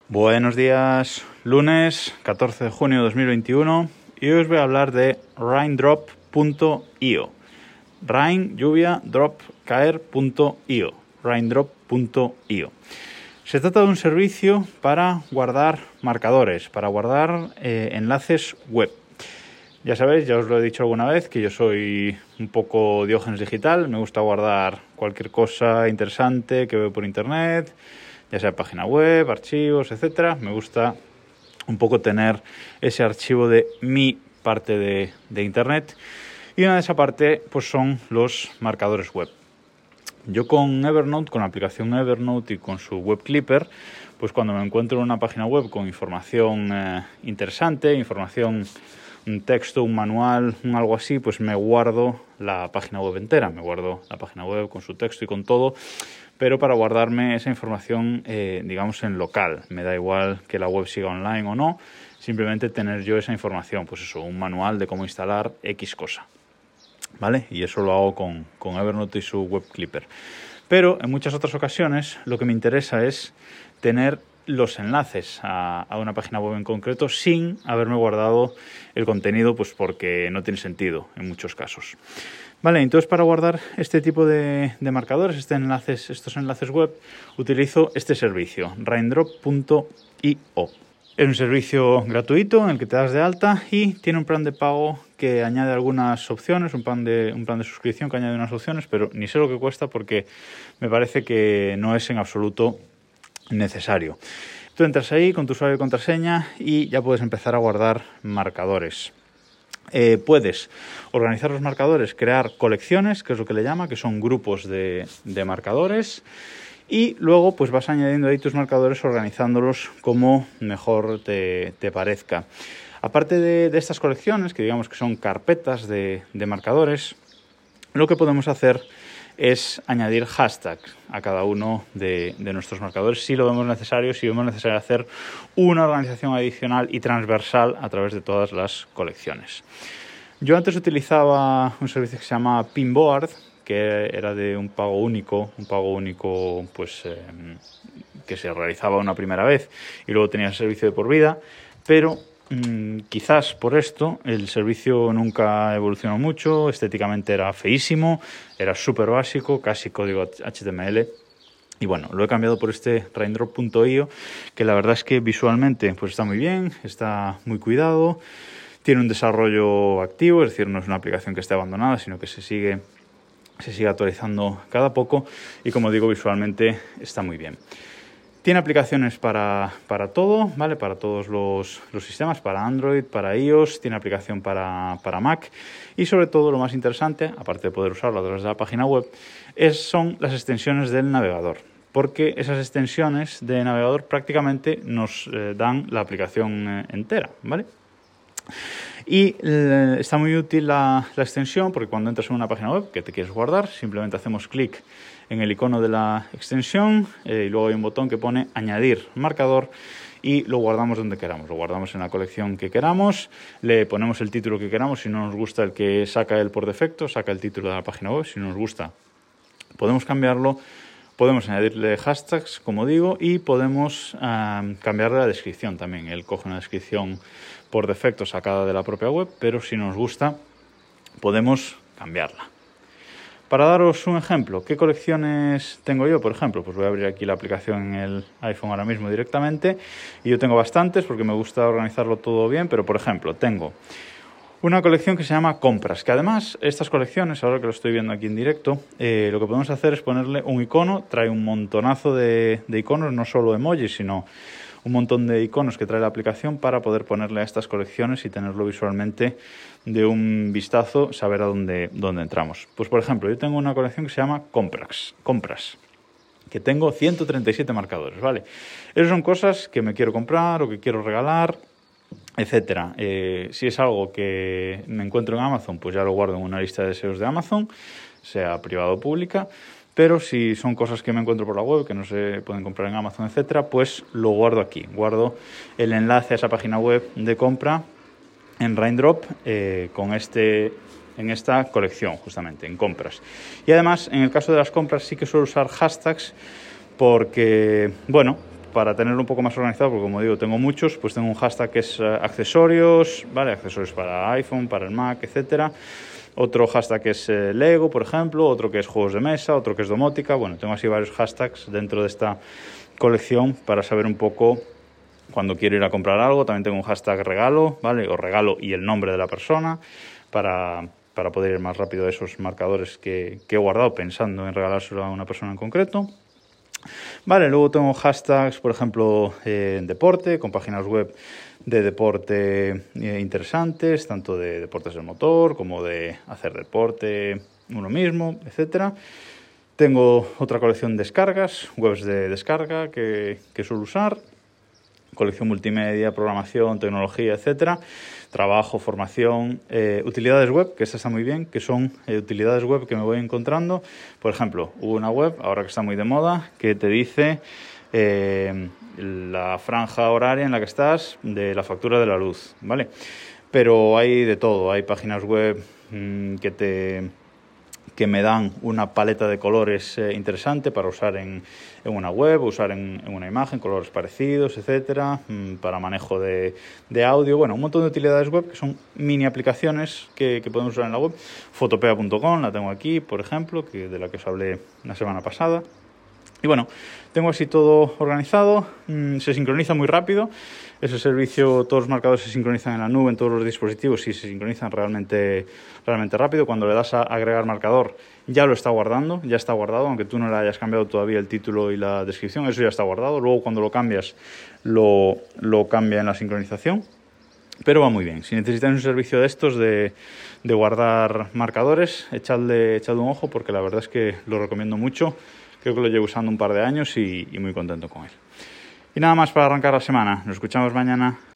Buenos días, lunes 14 de junio de 2021 y hoy os voy a hablar de Raindrop.io. Rain, lluvia, drop, caer.io. Raindrop.io. Se trata de un servicio para guardar marcadores, para guardar enlaces web. Ya sabéis, ya os lo he dicho alguna vez, que yo soy un poco Diógenes digital, me gusta guardar cualquier cosa interesante que veo por internet, ya sea página web, archivos, etcétera. Me gusta un poco tener ese archivo de mi parte de internet, y una de esa parte pues son los marcadores web. Yo con Evernote, con la aplicación Evernote y con su Web Clipper, pues cuando me encuentro en una página web con información interesante, información, un texto, un manual, algo así, pues me guardo la página web entera, me guardo la página web con su texto y con todo, pero para guardarme esa información, digamos, en local. Me da igual que la web siga online o no, simplemente tener yo esa información, pues eso, un manual de cómo instalar X cosa, ¿vale? Y eso lo hago con Evernote y su Web Clipper. Pero en muchas otras ocasiones lo que me interesa es tener los enlaces a una página web en concreto sin haberme guardado el contenido, pues porque no tiene sentido en muchos casos. Vale, entonces para guardar este tipo de marcadores, estos enlaces web, utilizo este servicio, Raindrop.io. Es un servicio gratuito en el que te das de alta y tiene un plan de pago que añade algunas opciones, un plan de suscripción que añade unas opciones, pero ni sé lo que cuesta porque me parece que no es en absoluto necesario. Tú entras ahí con tu usuario y contraseña y ya puedes empezar a guardar marcadores. Puedes organizar los marcadores, crear colecciones, que es lo que le llama, que son grupos de marcadores, y luego pues vas añadiendo ahí tus marcadores, organizándolos como mejor te parezca. Aparte de estas colecciones, que digamos que son carpetas de marcadores, lo que podemos hacer es añadir hashtags a cada uno de nuestros marcadores si lo vemos necesario, si vemos necesario hacer una organización adicional y transversal a través de todas las colecciones. Yo antes utilizaba un servicio que se llama Pinboard, que era de un pago único pues que se realizaba una primera vez y luego tenía el servicio de por vida, pero quizás por esto el servicio nunca evolucionó mucho, estéticamente era feísimo, era súper básico, casi código HTML. Y bueno, lo he cambiado por este Raindrop.io, que la verdad es que visualmente pues está muy bien, está muy cuidado, tiene un desarrollo activo, es decir, no es una aplicación que esté abandonada, sino que se sigue actualizando cada poco y, como digo, visualmente está muy bien. Tiene aplicaciones para todo, ¿vale? Para todos los sistemas, para Android, para iOS, tiene aplicación para Mac y, sobre todo, lo más interesante, aparte de poder usarlo a través de la página web, son las extensiones del navegador, porque esas extensiones de navegador prácticamente nos dan la aplicación entera, ¿vale? Y está muy útil la extensión, porque cuando entras en una página web que te quieres guardar, simplemente hacemos clic en el icono de la extensión y luego hay un botón que pone añadir marcador y lo guardamos donde queramos. Lo guardamos en la colección que queramos, le ponemos el título que queramos. Si no nos gusta el que saca él por defecto, saca el título de la página web. Si no nos gusta, podemos cambiarlo. Podemos añadirle hashtags, como digo, y podemos cambiarle la descripción también. Él coge una descripción por defecto sacada de la propia web, pero si nos gusta, podemos cambiarla. Para daros un ejemplo, ¿qué colecciones tengo yo? Por ejemplo, pues voy a abrir aquí la aplicación en el iPhone ahora mismo directamente, y yo tengo bastantes porque me gusta organizarlo todo bien, pero por ejemplo, tengo una colección que se llama compras, que además estas colecciones, ahora que lo estoy viendo aquí en directo, lo que podemos hacer es ponerle un icono. Trae un montonazo de iconos, no solo emojis, sino un montón de iconos que trae la aplicación para poder ponerle a estas colecciones y tenerlo visualmente de un vistazo, saber a dónde entramos. Pues por ejemplo, yo tengo una colección que se llama compras, que tengo 137 marcadores, ¿vale? Esas son cosas que me quiero comprar o que quiero regalar, etcétera. Si es algo que me encuentro en Amazon, pues ya lo guardo en una lista de deseos de Amazon, sea privada o pública. Pero si son cosas que me encuentro por la web, que no se pueden comprar en Amazon, etcétera, pues lo guardo aquí. Guardo el enlace a esa página web de compra en Raindrop en esta colección, justamente, en compras. Y además, en el caso de las compras, sí que suelo usar hashtags porque, bueno, para tenerlo un poco más organizado, porque como digo, tengo muchos, pues tengo un hashtag que es accesorios, ¿vale? Accesorios para iPhone, para el Mac, etcétera. Otro hashtag que es Lego, por ejemplo, otro que es juegos de mesa, otro que es domótica. Bueno, tengo así varios hashtags dentro de esta colección para saber un poco cuando quiero ir a comprar algo. También tengo un hashtag regalo, ¿vale? O regalo y el nombre de la persona para poder ir más rápido a esos marcadores que he guardado pensando en regalárselo a una persona en concreto. Vale, luego tengo hashtags, por ejemplo, en deporte, con páginas web de deporte interesantes, tanto de deportes del motor como de hacer deporte uno mismo, etcétera. Tengo otra colección de descargas, webs de descarga que suelo usar, colección multimedia, programación, tecnología, etcétera. Trabajo, formación, utilidades web, que esta está muy bien, que son utilidades web que me voy encontrando. Por ejemplo, hubo una web, ahora que está muy de moda, que te dice la franja horaria en la que estás de la factura de la luz, ¿vale? Pero hay de todo, hay páginas web que me dan una paleta de colores interesante para usar en una web, usar en una imagen, colores parecidos, etcétera, para manejo de audio. Bueno, un montón de utilidades web que son mini aplicaciones que podemos usar en la web. Fotopea.com la tengo aquí, por ejemplo, de la que os hablé la semana pasada. Y bueno, tengo así todo organizado, se sincroniza muy rápido. Ese servicio, todos los marcadores se sincronizan en la nube, en todos los dispositivos, y se sincronizan realmente rápido. Cuando le das a agregar marcador, ya lo está guardando, ya está guardado, aunque tú no le hayas cambiado todavía el título y la descripción, eso ya está guardado. Luego cuando lo cambias, lo cambia en la sincronización. Pero va muy bien. Si necesitáis un servicio de estos de guardar marcadores, echadle un ojo, porque la verdad es que lo recomiendo mucho. Creo que lo llevo usando un par de años y muy contento con él. Y nada más para arrancar la semana. Nos escuchamos mañana.